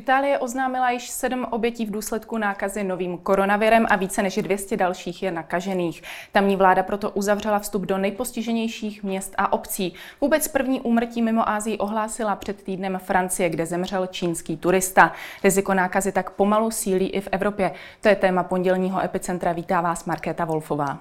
Itálie oznámila již 7 obětí v důsledku nákazy novým koronavirem a více než 200 dalších je nakažených. Tamní vláda proto uzavřela vstup do nejpostiženějších měst a obcí. Vůbec první úmrtí mimo Asii ohlásila před týdnem Francie, kde zemřel čínský turista. Riziko nákazy tak pomalu sílí i v Evropě. To je téma pondělního Epicentra. Vítá vás Markéta Wolfová.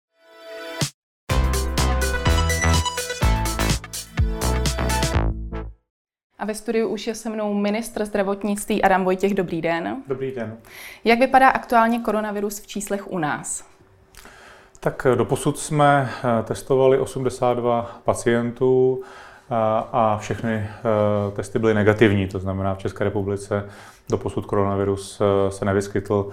A ve studiu už je se mnou ministr zdravotnictví Adam Vojtěch. Dobrý den. Dobrý den. Jak vypadá aktuálně koronavirus v číslech u nás? Tak doposud jsme testovali 82 pacientů a všechny testy byly negativní. To znamená, v České republice doposud koronavirus se nevyskytl,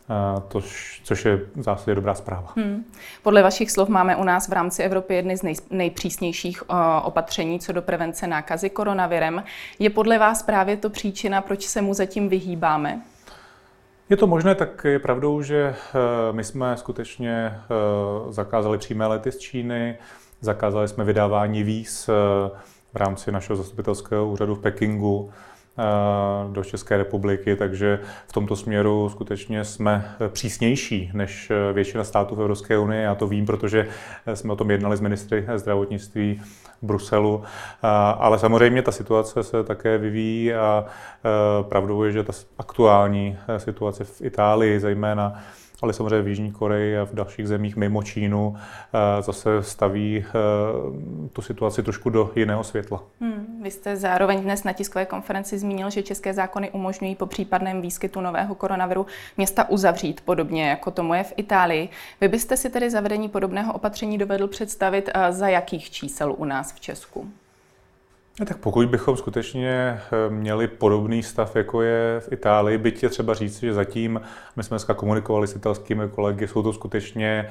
což je v zásadě dobrá zpráva. Podle vašich slov máme u nás v rámci Evropy jedny z nejpřísnějších opatření co do prevence nákazy koronavirem. Je podle vás právě to příčina, proč se mu zatím vyhýbáme? Je to možné, tak je pravdou, že my jsme skutečně zakázali přímé lety z Číny, zakázali jsme vydávání víz v rámci našeho zastupitelského úřadu v Pekingu do České republiky, takže v tomto směru skutečně jsme přísnější než většina států v Evropské unii. Já to vím, protože jsme o tom jednali s ministry zdravotnictví v Bruselu, ale samozřejmě ta situace se také vyvíjí a pravdou je, že ta aktuální situace v Itálii zejména, ale samozřejmě v Jižní Koreji a v dalších zemích mimo Čínu zase staví tu situaci trošku do jiného světla. Vy jste zároveň dnes na tiskové konferenci zmínil, že české zákony umožňují po případném výskytu nového koronaviru města uzavřít, podobně jako tomu je v Itálii. Vy byste si tedy zavedení podobného opatření dovedl představit za jakých čísel u nás v Česku? Tak pokud bychom skutečně měli podobný stav, jako je v Itálii, byť je třeba říct, že zatím, my jsme dneska komunikovali s italskými kolegy, jsou to skutečně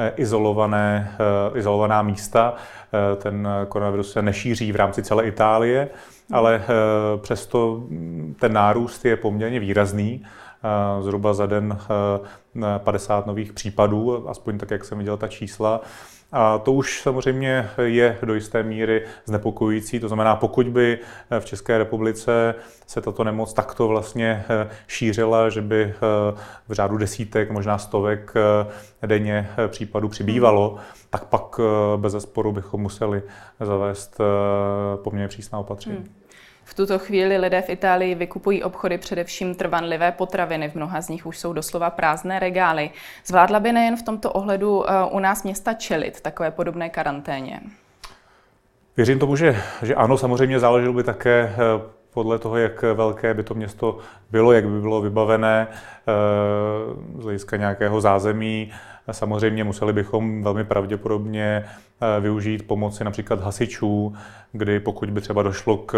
izolovaná místa. Ten koronavirus se nešíří v rámci celé Itálie, ale přesto ten nárůst je poměrně výrazný. Zhruba za den 50 nových případů, aspoň tak, jak jsem viděl ta čísla. A to už samozřejmě je do jisté míry znepokojující. To znamená, pokud by v České republice se tato nemoc takto vlastně šířila, že by v řádu desítek, možná stovek denně případů přibývalo, tak pak bezesporu bychom museli zavést poměrně přísná opatření. V tuto chvíli lidé v Itálii vykupují obchody především trvanlivé potraviny. V mnoha z nich už jsou doslova prázdné regály. Zvládla by nejen v tomto ohledu u nás města čelit takové podobné karanténě? Věřím tomu, že ano, samozřejmě záleželo by také podle toho, jak velké by to město bylo, jak by bylo vybavené z hlediska nějakého zázemí. Samozřejmě museli bychom velmi pravděpodobně využít pomoci například hasičů, kdy pokud by třeba došlo k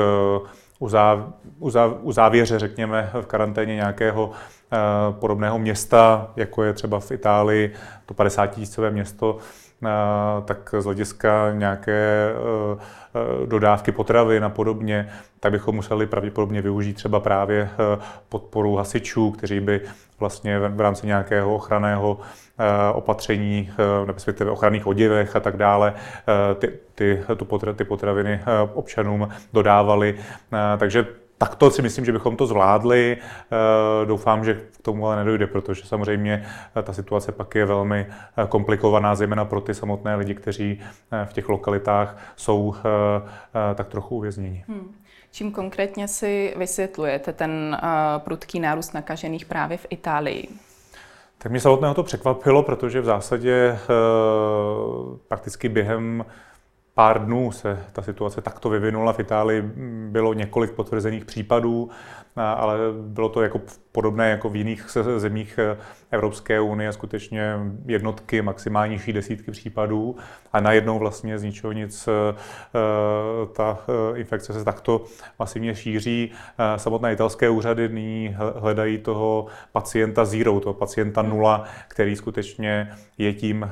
uzávěře, řekněme, v karanténě nějakého podobného města, jako je třeba v Itálii, to 50 000 město, tak z hlediska nějaké dodávky potravin a podobně, tak bychom museli pravděpodobně využít třeba právě podporu hasičů, kteří by vlastně v rámci nějakého ochranného opatření, respektive ochranných oděvech a tak dále, ty potraviny občanům dodávali. Takže takto si myslím, že bychom to zvládli. Doufám, že k tomu ale nedojde, protože samozřejmě ta situace pak je velmi komplikovaná, zejména pro ty samotné lidi, kteří v těch lokalitách jsou tak trochu uvězněni. Čím konkrétně si vysvětlujete ten prudký nárůst nakažených právě v Itálii? Tak mě samotného to překvapilo, protože v zásadě prakticky během pár dnů se ta situace takto vyvinula. V Itálii bylo několik potvrzených případů, ale bylo to jako podobné jako v jiných zemích Evropské unie, skutečně jednotky, maximálně desítky případů a najednou vlastně z ničeho nic ta infekce se takto masivně šíří. Samotné italské úřady nyní hledají toho pacienta zero, toho pacienta nula, který skutečně je tím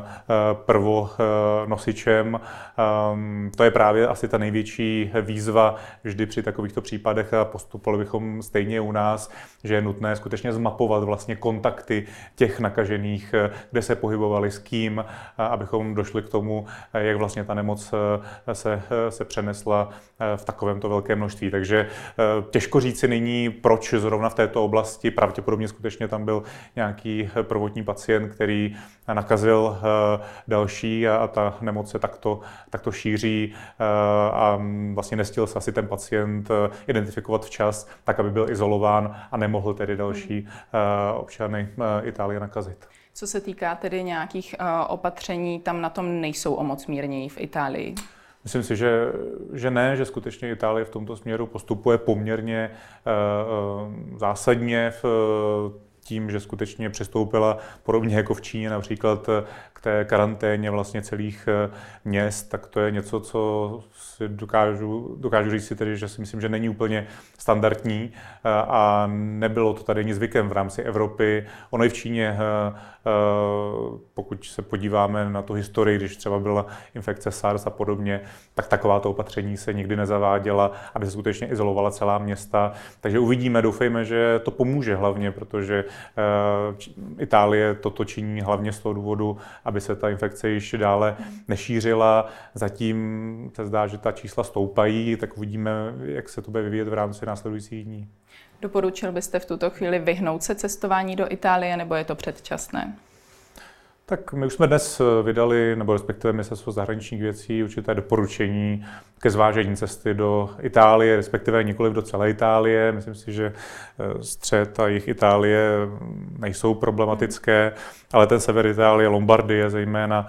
prvonosičem. To je právě asi ta největší výzva vždy při takovýchto případech a postupovali bychom stejně u nás, že je nutné skutečně zmapovat vlastně kontakty těch nakažených, kde se pohybovali, s kým, abychom došli k tomu, jak vlastně ta nemoc se přenesla v takovémto velkém množství. Takže těžko říci nyní, proč zrovna v této oblasti. Pravděpodobně skutečně tam byl nějaký prvotní pacient, který nakazil další a ta nemoc se takto šíří a vlastně nestihl se asi ten pacient identifikovat včas, tak aby byl izolován a nemohl tedy další občany Itálie nakazit. Co se týká tedy nějakých opatření, tam na tom nejsou o moc mírněji v Itálii? Myslím si, že ne, že skutečně Itálie v tomto směru postupuje poměrně zásadně tím, že skutečně přistoupila podobně jako v Číně například k té karanténě vlastně celých měst, tak to je něco, co si dokážu říct si tedy, že si myslím, že není úplně standardní a nebylo to tady nic zvykem v rámci Evropy. Ono i v Číně, pokud se podíváme na tu historii, když třeba byla infekce SARS a podobně, tak takováto opatření se nikdy nezaváděla, aby se skutečně izolovala celá města. Takže uvidíme, doufejme, že to pomůže hlavně, protože Itálie toto činí hlavně z toho důvodu, aby se ta infekce již dále nešířila. Zatím se zdá, že ta čísla stoupají, tak uvidíme, jak se to bude vyvíjet v rámci následujících dní. Doporučil byste v tuto chvíli vyhnout se cestování do Itálie, nebo je to předčasné? Tak my už jsme dnes vydali, nebo respektive Ministerstvo zahraničních věcí, určité doporučení ke zvážení cesty do Itálie, respektive nikoliv do celé Itálie. Myslím si, že střed a jih Itálie nejsou problematické, ale ten sever Itálie, Lombardie zejména,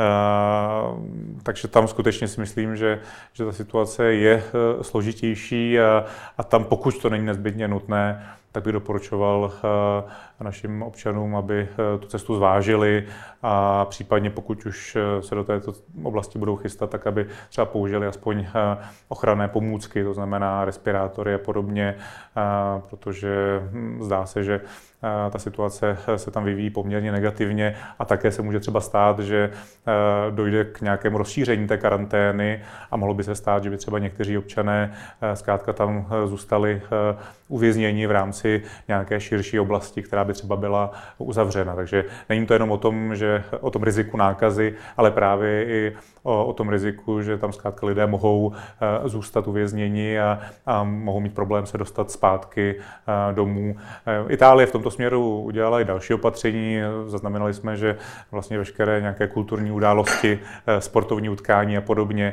takže tam skutečně si myslím, že ta situace je složitější a tam, pokud to není nezbytně nutné, tak bych doporučoval našim občanům, aby tu cestu zvážili a případně pokud už se do této oblasti budou chystat, tak aby třeba použili aspoň ochranné pomůcky, to znamená respirátory a podobně, protože zdá se, že ta situace se tam vyvíjí poměrně negativně a také se může třeba stát, že dojde k nějakému rozšíření té karantény a mohlo by se stát, že by třeba někteří občané zkrátka tam zůstali uvězněni v rámci nějaké širší oblasti, která by třeba byla uzavřena. Takže není to jenom o tom riziku nákazy, ale právě i o tom riziku, že tam zkrátka lidé mohou zůstat uvězněni a mohou mít problém se dostat zpátky domů. Itálie v tomto směru udělala i další opatření. Zaznamenali jsme, že vlastně veškeré nějaké kulturní události, sportovní utkání a podobně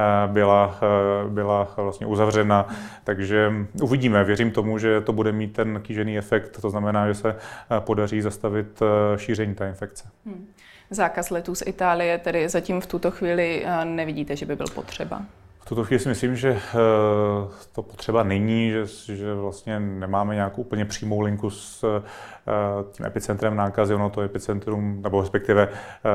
byla vlastně uzavřena. Takže uvidíme. Věřím tomu, že to bude mít ten kýžený efekt. To znamená, že se podaří zastavit šíření té infekce. Zákaz letů z Itálie tedy zatím v tuto chvíli nevidíte, že by byl potřeba? V tuto chvíli si myslím, že to potřeba není, že vlastně nemáme nějakou úplně přímou linku s tím epicentrem nákazy. Ono to epicentrum, nebo respektive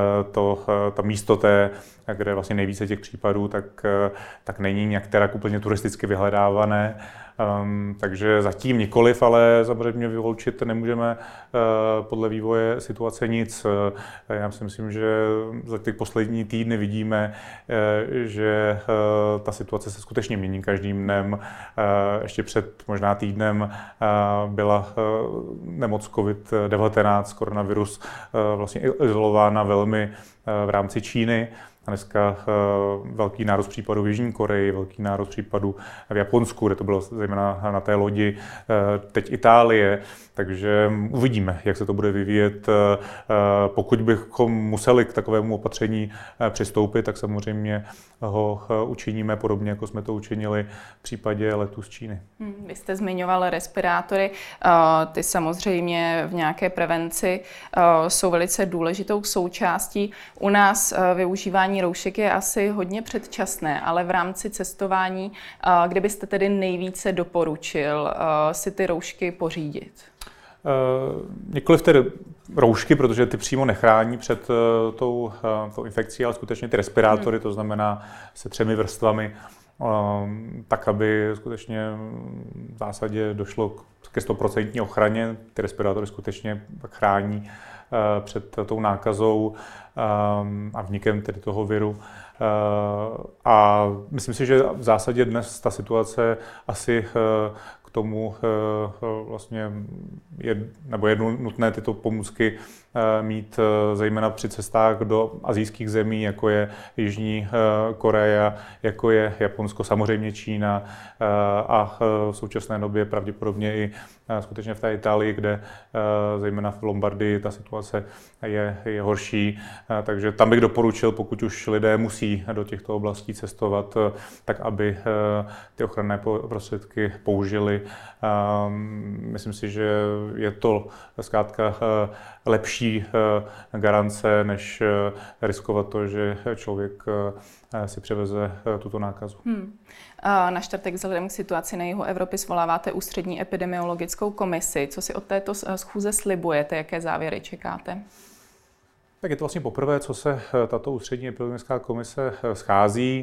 to místo kde je vlastně nejvíce těch případů, tak není nějak úplně turisticky vyhledávané. Takže zatím nikoliv, ale samozřejmě vyloučit nemůžeme podle vývoje situace nic. Já si myslím, že za ty poslední týdny vidíme, že ta situace se skutečně mění každým dnem. Ještě před možná týdnem byla nemoc COVID-19, koronavirus, vlastně izolována velmi v rámci Číny. A dneska velký nárůst případů v Jižní Koreji, velký nárůst případů v Japonsku, kde to bylo zejména na té lodi, teď Itálie. Takže uvidíme, jak se to bude vyvíjet. Pokud bychom museli k takovému opatření přistoupit, tak samozřejmě ho učiníme podobně, jako jsme to učinili v případě letů z Číny. Vy jste zmiňoval respirátory. Ty samozřejmě v nějaké prevenci jsou velice důležitou součástí. U nás využívání roušek je asi hodně předčasné, ale v rámci cestování, kde byste tedy nejvíce doporučil si ty roušky pořídit? Nikoliv ty roušky, protože ty přímo nechrání před tou infekcí, ale skutečně ty respirátory, to znamená se 3 vrstvami, tak, aby skutečně v zásadě došlo ke 100% ochraně. Ty respirátory skutečně chrání před tou nákazou a vnikem tedy toho viru. A myslím si, že v zásadě dnes ta situace asi k k tomu vlastně je nutné tyto pomůcky mít zejména při cestách do asijských zemí, jako je Jižní Korea, jako je Japonsko, samozřejmě Čína a v současné době pravděpodobně i skutečně v té Itálii, kde zejména v Lombardii ta situace je horší. Takže tam bych doporučil, pokud už lidé musí do těchto oblastí cestovat, tak aby ty ochranné prostředky použili. Myslím si, že je to zkrátka lepší garance, než riskovat to, že člověk si převeze tuto nákazu. Na čtvrtek vzhledem k situaci na jihu Evropy svoláváte ústřední epidemiologickou komisi. Co si od této schůze slibujete? Jaké závěry čekáte? Tak je to vlastně poprvé, co se tato ústřední epidemiologická komise schází,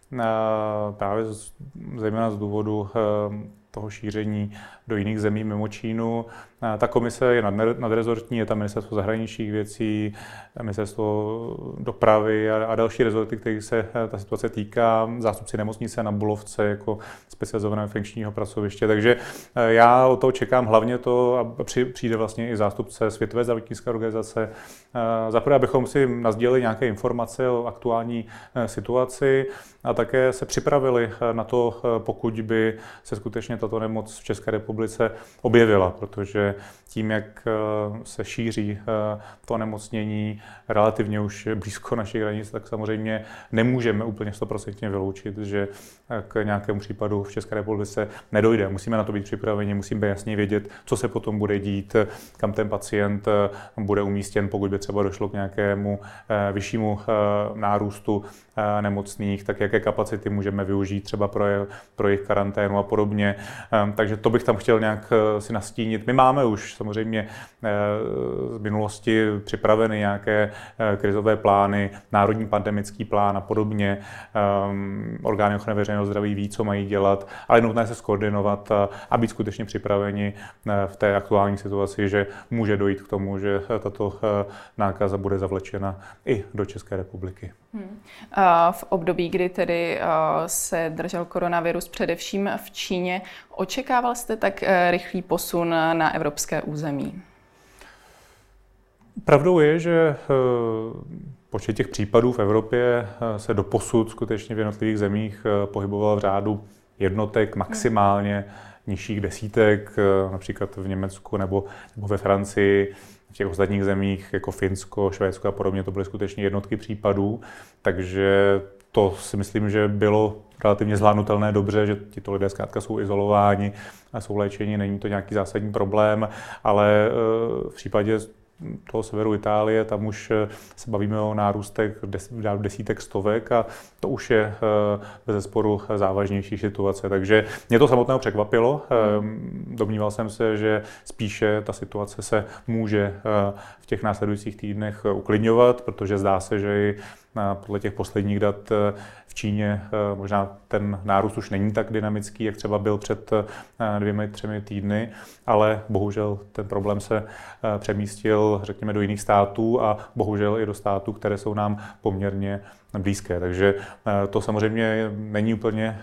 právě zejména z důvodu toho šíření do jiných zemí mimo Čínu. Ta komise je nadrezortní, je tam Ministerstvo zahraničních věcí, Ministerstvo dopravy a další rezorty, kterých se ta situace týká, zástupci nemocnice na Bulovce jako specializovaného infekčního pracoviště. Takže já od toho čekám hlavně to, a přijde vlastně i zástupce Světové zdravotnické organizace, zaprvé, abychom si nasdělili nějaké informace o aktuální situaci a také se připravili na to, pokud by se skutečně tato nemoc v České republice objevila, protože tím, jak se šíří to onemocnění relativně už blízko našich hranic, tak samozřejmě nemůžeme úplně 100% vyloučit, že k nějakému případu v České republice nedojde. Musíme na to být připraveni, musíme jasně vědět, co se potom bude dít, kam ten pacient bude umístěn, pokud by třeba došlo k nějakému vyššímu nárůstu nemocných, tak jaké kapacity můžeme využít třeba pro jejich karanténu a podobně. Takže to bych tam chtěl nějak si nastínit. My máme už samozřejmě z minulosti připraveny nějaké krizové plány, národní pandemický plán a podobně. Orgány ochrany veřejného zdraví ví, co mají dělat, ale je nutné se skoordinovat a být skutečně připraveni v té aktuální situaci, že může dojít k tomu, že tato nákaza bude zavlečena i do České republiky. V období, kdy tedy se držel koronavirus především v Číně, očekával jste tak rychlý posun na evropské území? Pravdou je, že počet těch případů v Evropě se doposud skutečně v jednotlivých zemích pohyboval v řádu jednotek, maximálně nižších desítek, například v Německu nebo ve Francii. V těch ostatních zemích, jako Finsko, Švédsko a podobně, to byly skutečně jednotky případů, takže to si myslím, že bylo relativně zvládnutelné dobře, že tito lidé zkrátka jsou izolováni a jsou léčeni, není to nějaký zásadní problém, ale v případě toho severu Itálie, tam už se bavíme o nárůstech desítek, stovek a to už je bezesporu závažnější situace. Takže mě to samotného překvapilo. Domníval jsem se, že spíše ta situace se může v těch následujících týdnech uklidňovat, protože zdá se, že i podle těch posledních dat v Číně možná ten nárůst už není tak dynamický, jak třeba byl před 2-3 týdny, ale bohužel ten problém se přemístil, řekněme, do jiných států a bohužel i do států, které jsou nám poměrně blízké. Takže to samozřejmě není úplně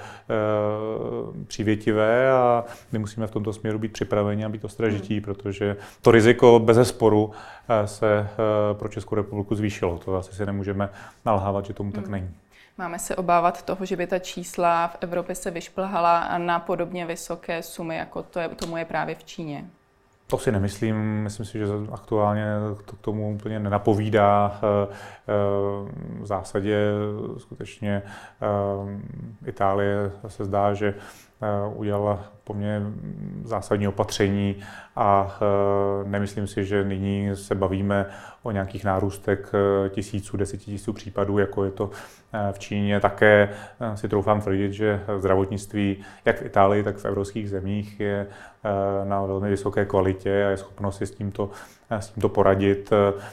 přívětivé a my musíme v tomto směru být připraveni a být ostražití, protože to riziko bezesporu se pro Českou republiku zvýšilo. To asi si nemůžeme nalhávat, že tomu tak není. Máme se obávat toho, že by ta čísla v Evropě se vyšplhala na podobně vysoké sumy, jako tomu je právě v Číně? To si nemyslím. Myslím si, že aktuálně to k tomu úplně nenapovídá. V zásadě skutečně Itálie se zdá, že udělala poměrně zásadní opatření a nemyslím si, že nyní se bavíme o nějakých nárůstech tisíců, 10 000 případů, jako je to v Číně. Také si troufám tvrdit, že zdravotnictví jak v Itálii, tak v evropských zemích je na velmi vysoké kvalitě a je schopno si s tímto s tímto poradit.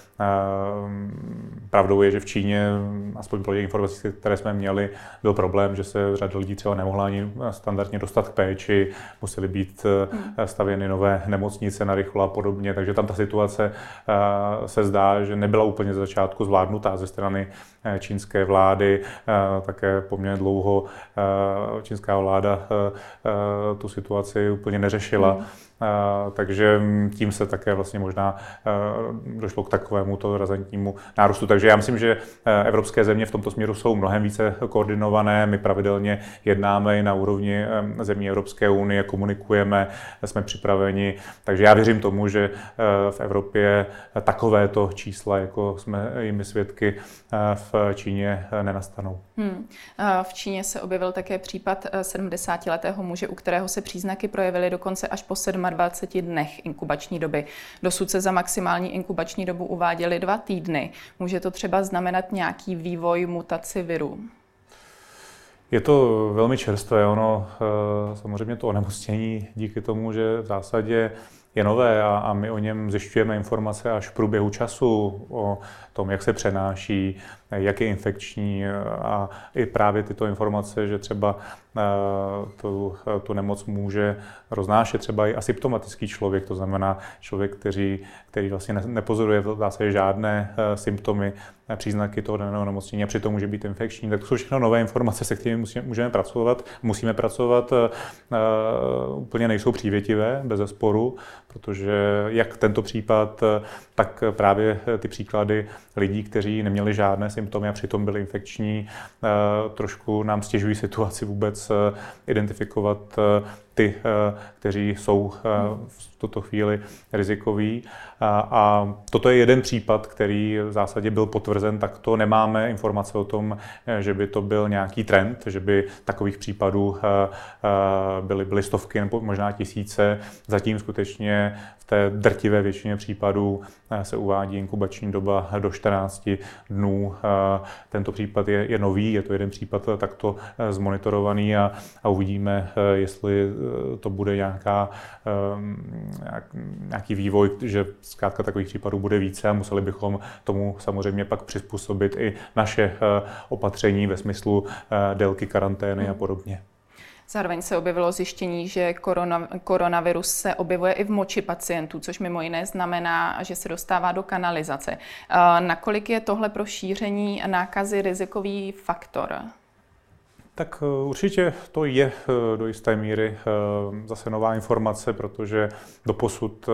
Pravdou je, že v Číně, aspoň podle těch informací, které jsme měli, byl problém, že se řada lidí třeba nemohla ani standardně dostat k péči, musely být stavěny nové nemocnice narychlo a podobně, takže tam ta situace se zdá, že nebyla úplně ze začátku zvládnutá ze strany čínské vlády. Také poměrně dlouho čínská vláda tu situaci úplně neřešila. Takže tím se také vlastně možná došlo k takovému to razantnímu nárůstu. Takže já myslím, že evropské země v tomto směru jsou mnohem více koordinované. My pravidelně jednáme i na úrovni zemí Evropské unie, komunikujeme, jsme připraveni. Takže já věřím tomu, že v Evropě takovéto čísla, jako jsme jimi svědky, v Číně nenastanou. V Číně se objevil také případ 70letého muže, u kterého se příznaky projevily dokonce až po 27 dnech inkubační doby. Dosud se za maximální inkubační dobu uváděly 2 týdny. Může to třeba znamenat nějaký vývoj mutaci viru? Je to velmi čerstvé. Ono samozřejmě to onemocnění díky tomu, že v zásadě je nové a my o něm zjišťujeme informace až v průběhu času, o tom, jak se přenáší, jak je infekční a i právě tyto informace, že třeba tu nemoc může roznášet třeba i asymptomatický člověk, to znamená člověk, který vlastně nepozoruje v zásadě žádné symptomy, příznaky toho daného nemocnění a přitom může být infekční. Tak to jsou všechno nové informace, se kterými musíme pracovat. Úplně nejsou přívětivé, bezesporu, protože jak tento případ, tak právě ty příklady lidí, kteří neměli žádné symptomy a přitom byli infekční, trošku nám stěžují situaci vůbec identifikovat ty, kteří jsou v tuto chvíli rizikoví. A toto je jeden případ, který v zásadě byl potvrzen, tak to nemáme informace o tom, že by to byl nějaký trend, že by takových případů byly stovky nebo možná tisíce. Zatím skutečně v té drtivé většině případů se uvádí inkubační doba do 14 dnů. Tento případ je nový, je to jeden případ takto zmonitorovaný a uvidíme, jestli to bude nějaký vývoj, že zkrátka takových případů bude více a museli bychom tomu samozřejmě pak přizpůsobit i naše opatření ve smyslu délky karantény a podobně. Zároveň se objevilo zjištění, že koronavirus se objevuje i v moči pacientů, což mimo jiné znamená, že se dostává do kanalizace. Nakolik je tohle pro šíření nákazy rizikový faktor? Tak určitě to je do jisté míry zase nová informace, protože doposud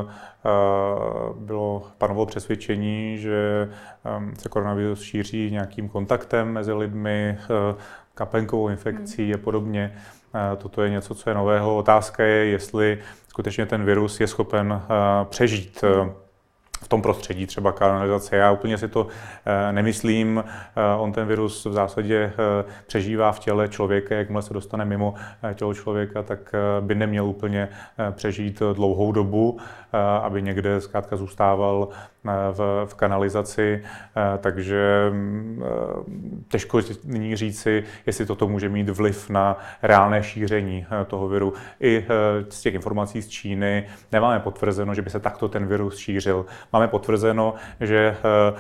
panovalo přesvědčení, že se koronavirus šíří nějakým kontaktem mezi lidmi, kapénkovou infekcí a podobně. Toto je něco, co je nového. Otázka je, jestli skutečně ten virus je schopen přežít v tom prostředí, třeba kanalizace. Já úplně si to nemyslím. On ten virus v zásadě přežívá v těle člověka, jakmile se dostane mimo tělo člověka, tak by neměl úplně přežít dlouhou dobu, aby někde zkrátka zůstával v kanalizaci, takže těžko nyní říci, jestli toto může mít vliv na reálné šíření toho viru. I z těch informací z Číny nemáme potvrzeno, že by se takto ten virus šířil. Máme potvrzeno, že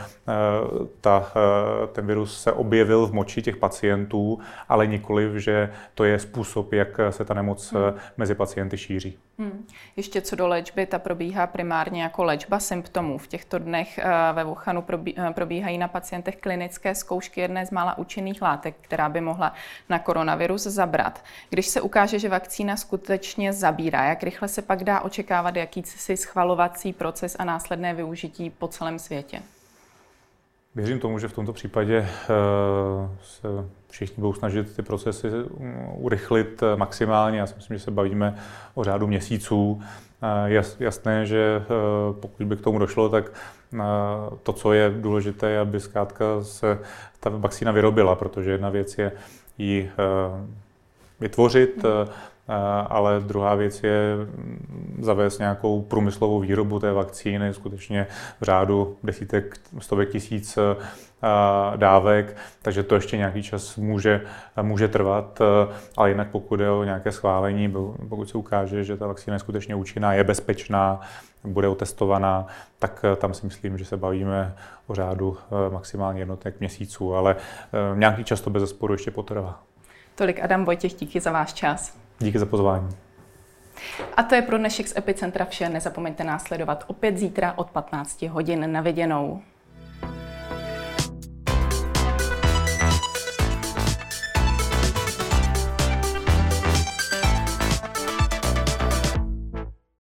ten virus se objevil v moči těch pacientů, ale nikoliv, že to je způsob, jak se ta nemoc mezi pacienty šíří. Ještě co do léčby, ta probíhá primárně jako léčba symptomů. V těchto dnech ve Wuhanu probíhají na pacientech klinické zkoušky jedné z mála účinných látek, která by mohla na koronavirus zabrat. Když se ukáže, že vakcína skutečně zabírá, jak rychle se pak dá očekávat jakýsi schvalovací proces a následné využití po celém světě? Věřím tomu, že v tomto případě se všichni budou snažit ty procesy urychlit maximálně. Já si myslím, že se bavíme o řádu měsíců. Je jasné, že pokud by k tomu došlo, tak to, co je důležité, je, aby zkrátka se ta vakcína vyrobila, protože jedna věc je ji vytvořit, ale druhá věc je zavést nějakou průmyslovou výrobu té vakcíny, skutečně v řádu desítek, stovek tisíc dávek, takže to ještě nějaký čas může trvat, ale jinak pokud jde o nějaké schválení, pokud se ukáže, že ta vakcína je skutečně účinná, je bezpečná, bude otestovaná, tak tam si myslím, že se bavíme o řádu maximálně jednotek měsíců, ale nějaký čas to bezesporu ještě potrvá. Tolik Adam Vojtěch, díky za váš čas. Díky za pozvání. A to je pro dnešek z Epicentra vše. Nezapomeňte nás sledovat opět zítra od 15 hodin. Na viděnou.